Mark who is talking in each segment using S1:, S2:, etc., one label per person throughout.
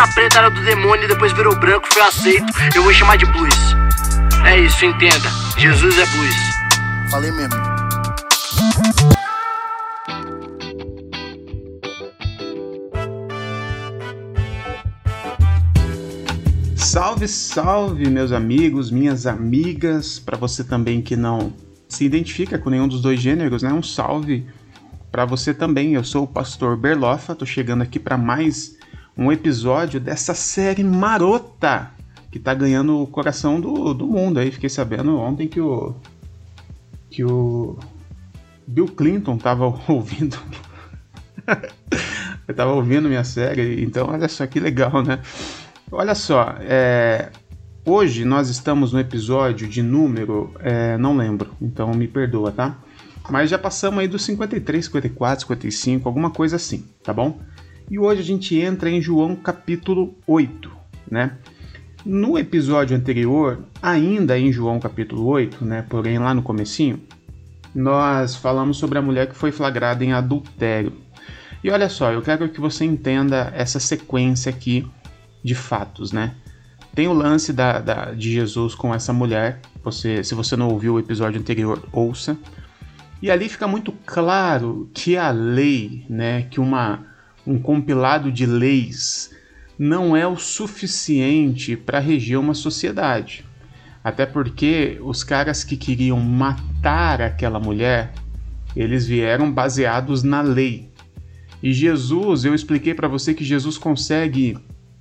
S1: era preta, era do demônio e depois virou branco, foi aceito. Eu vou chamar de blues. É isso, entenda. Jesus é blues. Falei mesmo.
S2: Salve, salve, meus amigos, minhas amigas. Para você também que não se identifica com nenhum dos dois gêneros, né? Um salve para você também. Eu sou o pastor Berlofa, tô chegando aqui para mais um episódio dessa série marota que tá ganhando o coração do mundo aí. Fiquei sabendo ontem que o Bill Clinton tava ouvindo eu tava ouvindo minha série, então olha só que legal, né? Olha só, hoje nós estamos no episódio de número, não lembro, então me perdoa, tá? Mas já passamos aí dos 53, 54, 55, alguma coisa assim, tá bom? E hoje a gente entra em João capítulo 8, né? No episódio anterior, ainda em João capítulo 8, né? Porém lá no comecinho, nós falamos sobre a mulher que foi flagrada em adultério. E olha só, eu quero que você entenda essa sequência aqui de fatos, né? Tem o lance de Jesus com essa mulher. Se você não ouviu o episódio anterior, ouça. E ali fica muito claro que a lei, né, que um compilado de leis não é o suficiente para reger uma sociedade. Até porque os caras que queriam matar aquela mulher, eles vieram baseados na lei. E Jesus, eu expliquei para você que Jesus consegue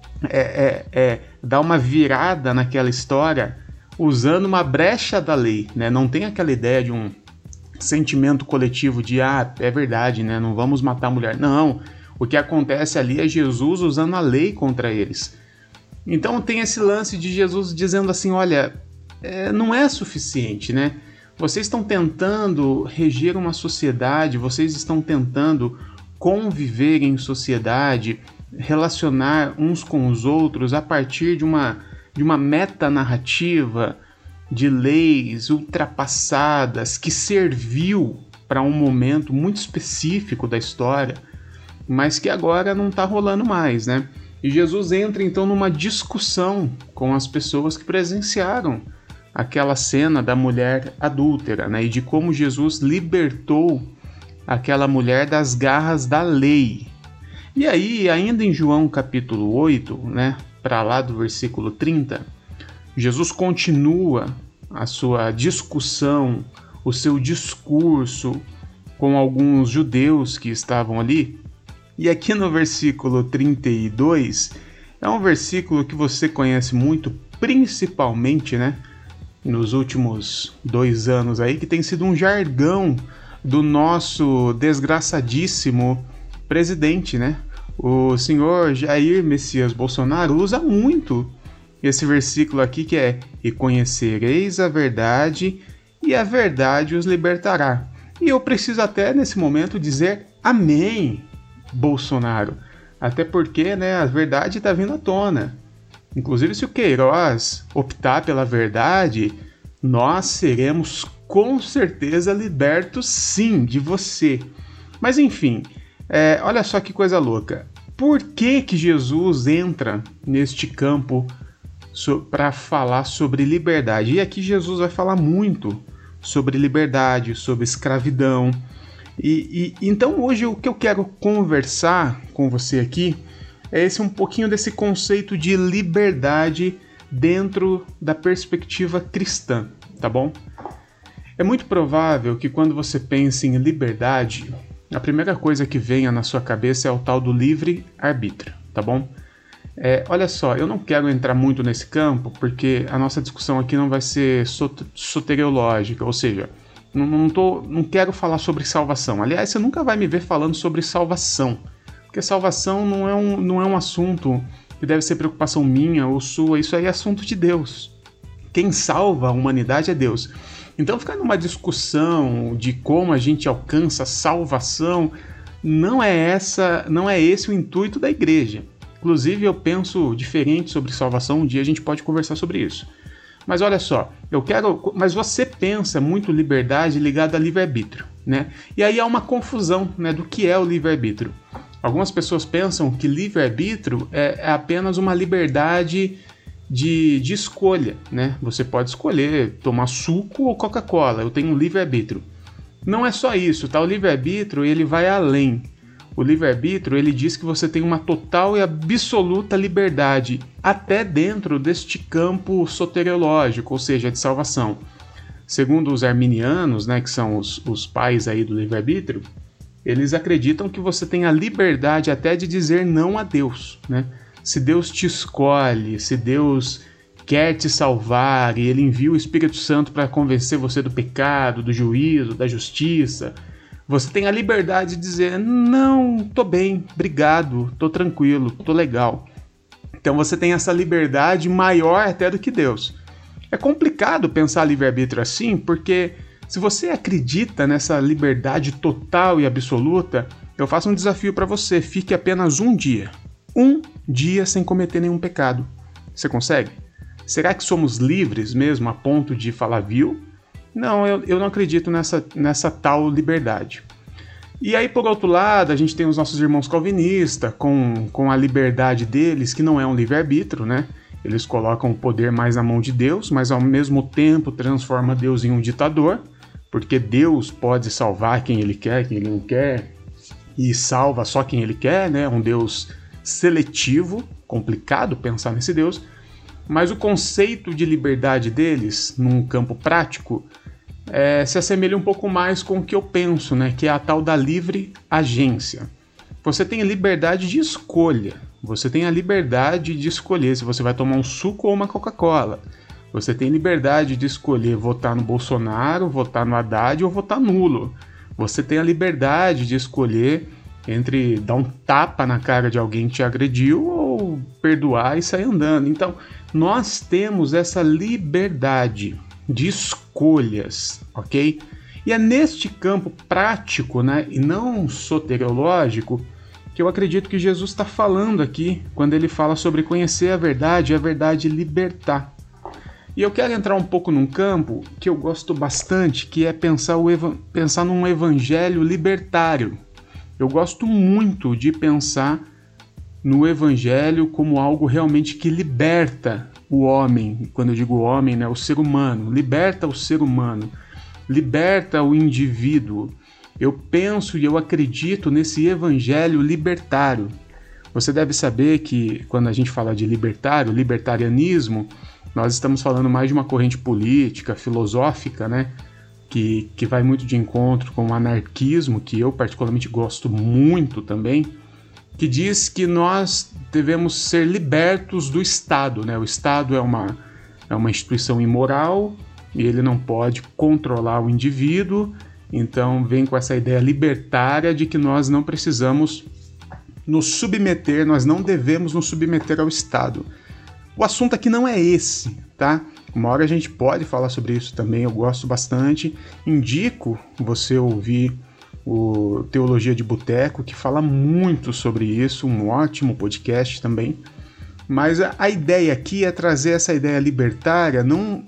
S2: dar uma virada naquela história usando uma brecha da lei, né? Não tem aquela ideia de um sentimento coletivo de é verdade, né? Não vamos matar a mulher. Não, o que acontece ali é Jesus usando a lei contra eles. Então tem esse lance de Jesus dizendo assim, olha, não é suficiente, né? Vocês estão tentando reger uma sociedade, vocês estão tentando conviver em sociedade, relacionar uns com os outros a partir de uma metanarrativa de leis ultrapassadas que serviu para um momento muito específico da história, mas que agora não está rolando mais, né? E Jesus entra então numa discussão com as pessoas que presenciaram aquela cena da mulher adúltera, né? E de como Jesus libertou aquela mulher das garras da lei. E aí, ainda em João capítulo 8, né, para lá do versículo 30, Jesus continua a sua discussão, o seu discurso com alguns judeus que estavam ali. E aqui no versículo 32, é um versículo que você conhece muito, principalmente, né, nos últimos 2 anos aí, que tem sido um jargão do nosso desgraçadíssimo presidente, né? O senhor Jair Messias Bolsonaro usa muito esse versículo aqui que é: e conhecereis a verdade, e a verdade os libertará. E eu preciso até nesse momento dizer amém, Bolsonaro. Até porque, né, a verdade está vindo à tona. Inclusive, se o Queiroz optar pela verdade, nós seremos com certeza libertos sim de você. Mas enfim, olha só que coisa louca. Por que Jesus entra neste campo para falar sobre liberdade? E aqui Jesus vai falar muito sobre liberdade, sobre escravidão. Então hoje o que eu quero conversar com você aqui é um pouquinho desse conceito de liberdade dentro da perspectiva cristã, tá bom? É muito provável que quando você pensa em liberdade, a primeira coisa que venha na sua cabeça é o tal do livre-arbítrio, tá bom? Olha só, eu não quero entrar muito nesse campo, porque a nossa discussão aqui não vai ser soteriológica, ou seja, não quero falar sobre salvação. Aliás, você nunca vai me ver falando sobre salvação, porque salvação não é um assunto que deve ser preocupação minha ou sua, isso aí é assunto de Deus. Quem salva a humanidade é Deus. Então ficar numa discussão de como a gente alcança a salvação não é esse o intuito da igreja. Inclusive eu penso diferente sobre salvação, um dia a gente pode conversar sobre isso. Mas olha só, mas você pensa muito liberdade ligada a livre-arbítrio, né? E aí há uma confusão, né, do que é o livre-arbítrio. Algumas pessoas pensam que livre-arbítrio é apenas uma liberdade de escolha, né? Você pode escolher tomar suco ou Coca-Cola, eu tenho um livre-arbítrio. Não é só isso, tá? O livre-arbítrio, ele vai além. O livre-arbítrio, ele diz que você tem uma total e absoluta liberdade, até dentro deste campo soteriológico, ou seja, de salvação. Segundo os arminianos, né, que são os pais aí do livre-arbítrio, eles acreditam que você tem a liberdade até de dizer não a Deus, né? Se Deus te escolhe, se Deus quer te salvar e Ele envia o Espírito Santo para convencer você do pecado, do juízo, da justiça, você tem a liberdade de dizer, não, tô bem, obrigado, tô tranquilo, tô legal. Então você tem essa liberdade maior até do que Deus. É complicado pensar livre-arbítrio assim, porque se você acredita nessa liberdade total e absoluta, eu faço um desafio para você, fique apenas um dia sem cometer nenhum pecado. Você consegue? Será que somos livres mesmo a ponto de falar viu? Não, eu não acredito nessa tal liberdade. E aí, por outro lado, a gente tem os nossos irmãos calvinistas, com a liberdade deles, que não é um livre-arbítrio, né? Eles colocam o poder mais na mão de Deus, mas ao mesmo tempo transforma Deus em um ditador, porque Deus pode salvar quem Ele quer, quem Ele não quer, e salva só quem Ele quer, né? Um Deus seletivo, complicado pensar nesse Deus, mas o conceito de liberdade deles, num campo prático, se assemelha um pouco mais com o que eu penso, né? Que é a tal da livre agência. Você tem liberdade de escolha, você tem a liberdade de escolher se você vai tomar um suco ou uma Coca-Cola. Você tem liberdade de escolher votar no Bolsonaro, votar no Haddad ou votar nulo. Você tem a liberdade de escolher entre dar um tapa na cara de alguém que te agrediu ou perdoar e sair andando. Então, nós temos essa liberdade de escolhas, ok? E é neste campo prático, né, e não soteriológico, que eu acredito que Jesus está falando aqui, quando ele fala sobre conhecer a verdade e a verdade libertar. E eu quero entrar um pouco num campo que eu gosto bastante, que é pensar num evangelho libertário. Eu gosto muito de pensar no evangelho como algo realmente que liberta o homem. Quando eu digo homem, né, o ser humano. Liberta o ser humano. Liberta o indivíduo. Eu penso e eu acredito nesse evangelho libertário. Você deve saber que quando a gente fala de libertarianismo, nós estamos falando mais de uma corrente política, filosófica, né? Que vai muito de encontro com o anarquismo, que eu particularmente gosto muito também, que diz que nós devemos ser libertos do Estado, né? O Estado é uma instituição imoral e ele não pode controlar o indivíduo, então vem com essa ideia libertária de que nós não precisamos nos submeter, nós não devemos nos submeter ao Estado. O assunto aqui não é esse, tá? Uma hora a gente pode falar sobre isso também, eu gosto bastante. Indico você ouvir o Teologia de Boteco, que fala muito sobre isso, um ótimo podcast também. Mas a ideia aqui é trazer essa ideia libertária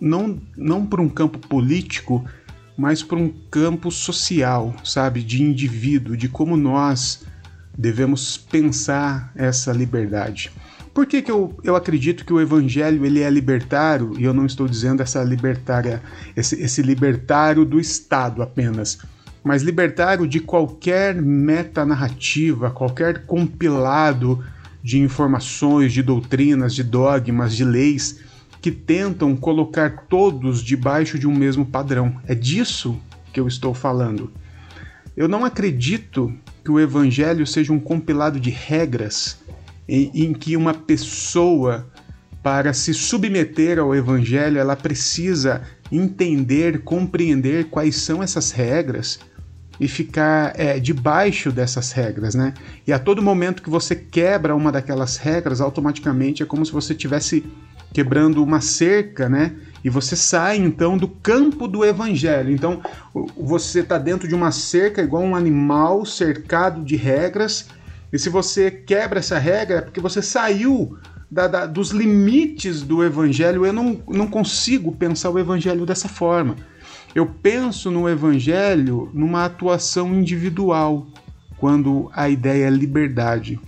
S2: não para um campo político, mas para um campo social, sabe? De indivíduo, de como nós devemos pensar essa liberdade. Por que eu acredito que o evangelho ele é libertário, e eu não estou dizendo essa libertária, esse libertário do Estado apenas, mas libertário de qualquer metanarrativa, qualquer compilado de informações, de doutrinas, de dogmas, de leis que tentam colocar todos debaixo de um mesmo padrão. É disso que eu estou falando. Eu não acredito que o evangelho seja um compilado de regras em que uma pessoa, para se submeter ao evangelho, ela precisa entender, compreender quais são essas regras e ficar debaixo dessas regras, né? E a todo momento que você quebra uma daquelas regras, automaticamente é como se você estivesse quebrando uma cerca, né? E você sai, então, do campo do evangelho. Então, você está dentro de uma cerca igual um animal cercado de regras. E se você quebra essa regra, é porque você saiu dos limites do evangelho. Eu não consigo pensar o evangelho dessa forma. Eu penso no evangelho numa atuação individual, quando a ideia é liberdade.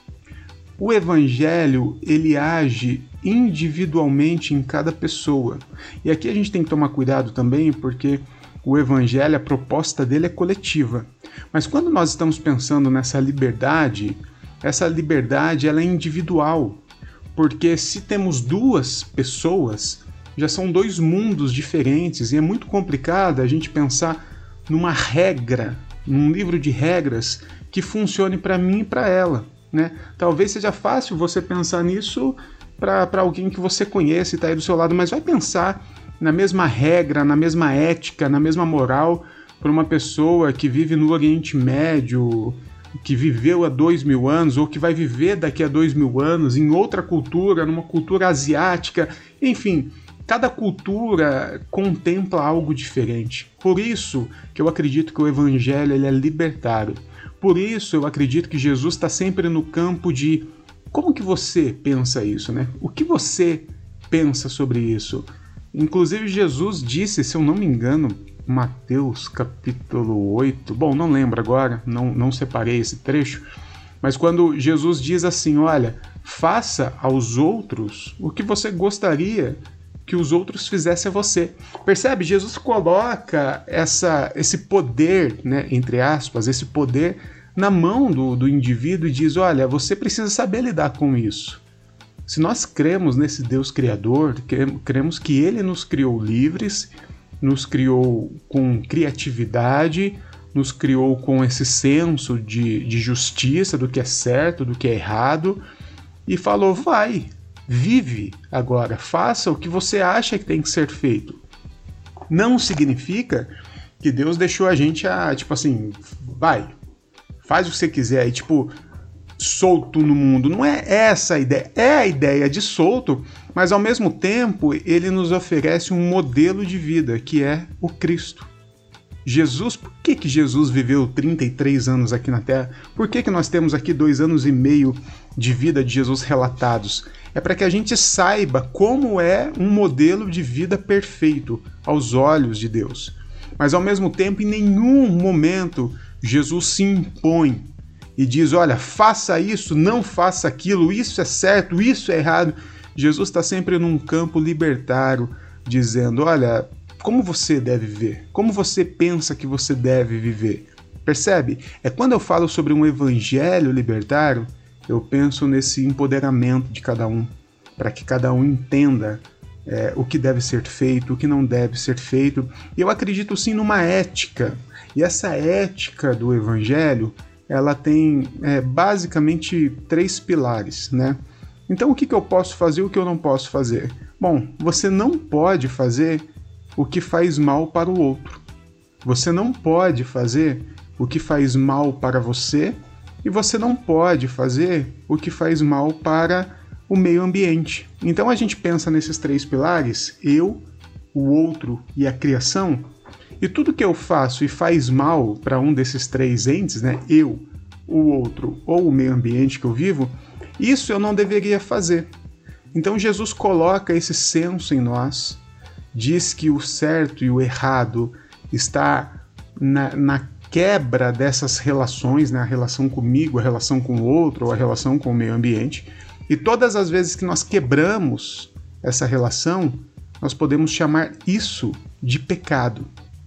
S2: O evangelho, ele age individualmente em cada pessoa. E aqui a gente tem que tomar cuidado também, porque o evangelho, a proposta dele é coletiva. Mas quando nós estamos pensando nessa liberdade, essa liberdade ela é individual. Porque se temos duas pessoas, já são dois mundos diferentes e é muito complicado a gente pensar numa regra, num livro de regras que funcione para mim e para ela, né? Talvez seja fácil você pensar nisso para alguém que você conhece e está aí do seu lado, mas vai pensar na mesma regra, na mesma ética, na mesma moral para uma pessoa que vive no Oriente Médio, que viveu há 2000 anos ou que vai viver daqui a 2000 anos em outra cultura, numa cultura asiática, enfim, cada cultura contempla algo diferente. Por isso que eu acredito que o evangelho ele é libertário. Por isso eu acredito que Jesus está sempre no campo de como que você pensa isso, né? O que você pensa sobre isso? Inclusive Jesus disse, se eu não me engano, Mateus capítulo 8, bom, não lembro agora, não separei esse trecho, mas quando Jesus diz assim, olha, faça aos outros o que você gostaria que os outros fizessem a você. Percebe? Jesus coloca esse poder, né, entre aspas, esse poder na mão do indivíduo e diz, olha, você precisa saber lidar com isso. Se nós cremos nesse Deus Criador, cremos que Ele nos criou livres, nos criou com criatividade, nos criou com esse senso de justiça, do que é certo, do que é errado, e falou, vai, vive agora, faça o que você acha que tem que ser feito. Não significa que Deus deixou a gente, tipo assim, vai, faz o que você quiser, aí, tipo, solto no mundo. Não é essa a ideia. É a ideia de solto, mas ao mesmo tempo ele nos oferece um modelo de vida, que é o Cristo. Jesus, por que Jesus viveu 33 anos aqui na Terra? Por que nós temos aqui 2 anos e meio de vida de Jesus relatados? É para que a gente saiba como é um modelo de vida perfeito aos olhos de Deus. Mas ao mesmo tempo, em nenhum momento, Jesus se impõe e diz, olha, faça isso, não faça aquilo, isso é certo, isso é errado. Jesus está sempre num campo libertário, dizendo, olha, como você deve viver? Como você pensa que você deve viver? Percebe? É quando eu falo sobre um evangelho libertário, eu penso nesse empoderamento de cada um, para que cada um entenda o que deve ser feito, o que não deve ser feito. E eu acredito sim numa ética. E essa ética do evangelho, ela tem basicamente 3 pilares, né? Então o que eu posso fazer e o que eu não posso fazer? Bom, você não pode fazer o que faz mal para o outro. Você não pode fazer o que faz mal para você e você não pode fazer o que faz mal para o meio ambiente. Então a gente pensa nesses 3 pilares, eu, o outro e a criação, e tudo que eu faço e faz mal para um desses 3 entes, né, eu, o outro ou o meio ambiente que eu vivo, isso eu não deveria fazer. Então Jesus coloca esse senso em nós, diz que o certo e o errado está na quebra dessas relações, né? A relação comigo, a relação com o outro ou a relação com o meio ambiente. E todas as vezes que nós quebramos essa relação, nós podemos chamar isso de pecado.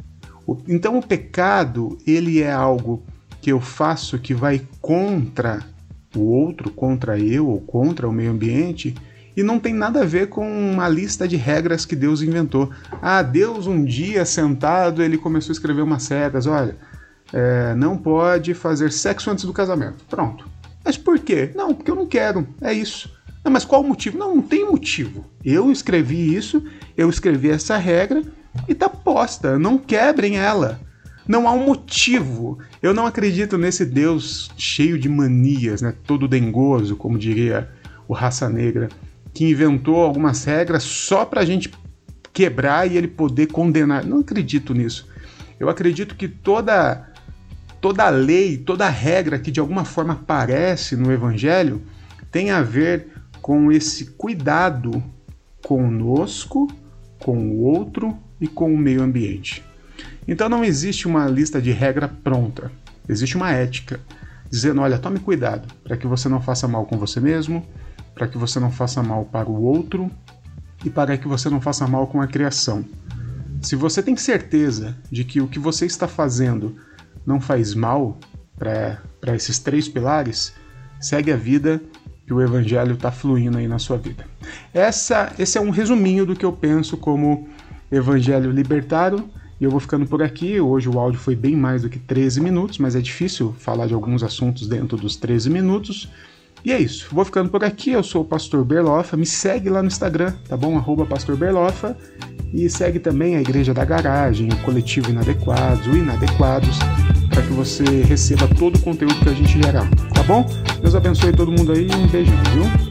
S2: Então o pecado, ele é algo que eu faço que vai contra o outro, contra eu ou contra o meio ambiente, e não tem nada a ver com uma lista de regras que Deus inventou. Deus um dia sentado, ele começou a escrever umas regras, olha, não pode fazer sexo antes do casamento. Pronto. Mas por quê? Não, porque eu não quero, é isso. Não, mas qual o motivo? Não tem motivo. Eu escrevi isso, eu escrevi essa regra e tá posta, não quebrem ela. Não há um motivo. Eu não acredito nesse Deus cheio de manias, né? Todo dengoso, como diria o Raça Negra, que inventou algumas regras só pra gente quebrar e ele poder condenar. Não acredito nisso. Eu acredito que toda lei, toda regra que de alguma forma aparece no Evangelho tem a ver com esse cuidado conosco, com o outro e com o meio ambiente. Então não existe uma lista de regra pronta, existe uma ética. dizendo, olha, tome cuidado para que você não faça mal com você mesmo, para que você não faça mal para o outro e para que você não faça mal com a criação. Se você tem certeza de que o que você está fazendo não faz mal para esses 3 pilares, segue a vida que o evangelho está fluindo aí na sua vida. Esse é um resuminho do que eu penso como evangelho libertário, e eu vou ficando por aqui. Hoje o áudio foi bem mais do que 13 minutos, mas é difícil falar de alguns assuntos dentro dos 13 minutos. E é isso, vou ficando por aqui. Eu sou o Pastor Berloffa, me segue lá no Instagram, tá bom? @pastorberloffa, e segue também a Igreja da Garagem, o Coletivo Inadequados, o Inadequados, para que você receba todo o conteúdo que a gente gerar, tá bom? Deus abençoe todo mundo aí e um beijão, viu?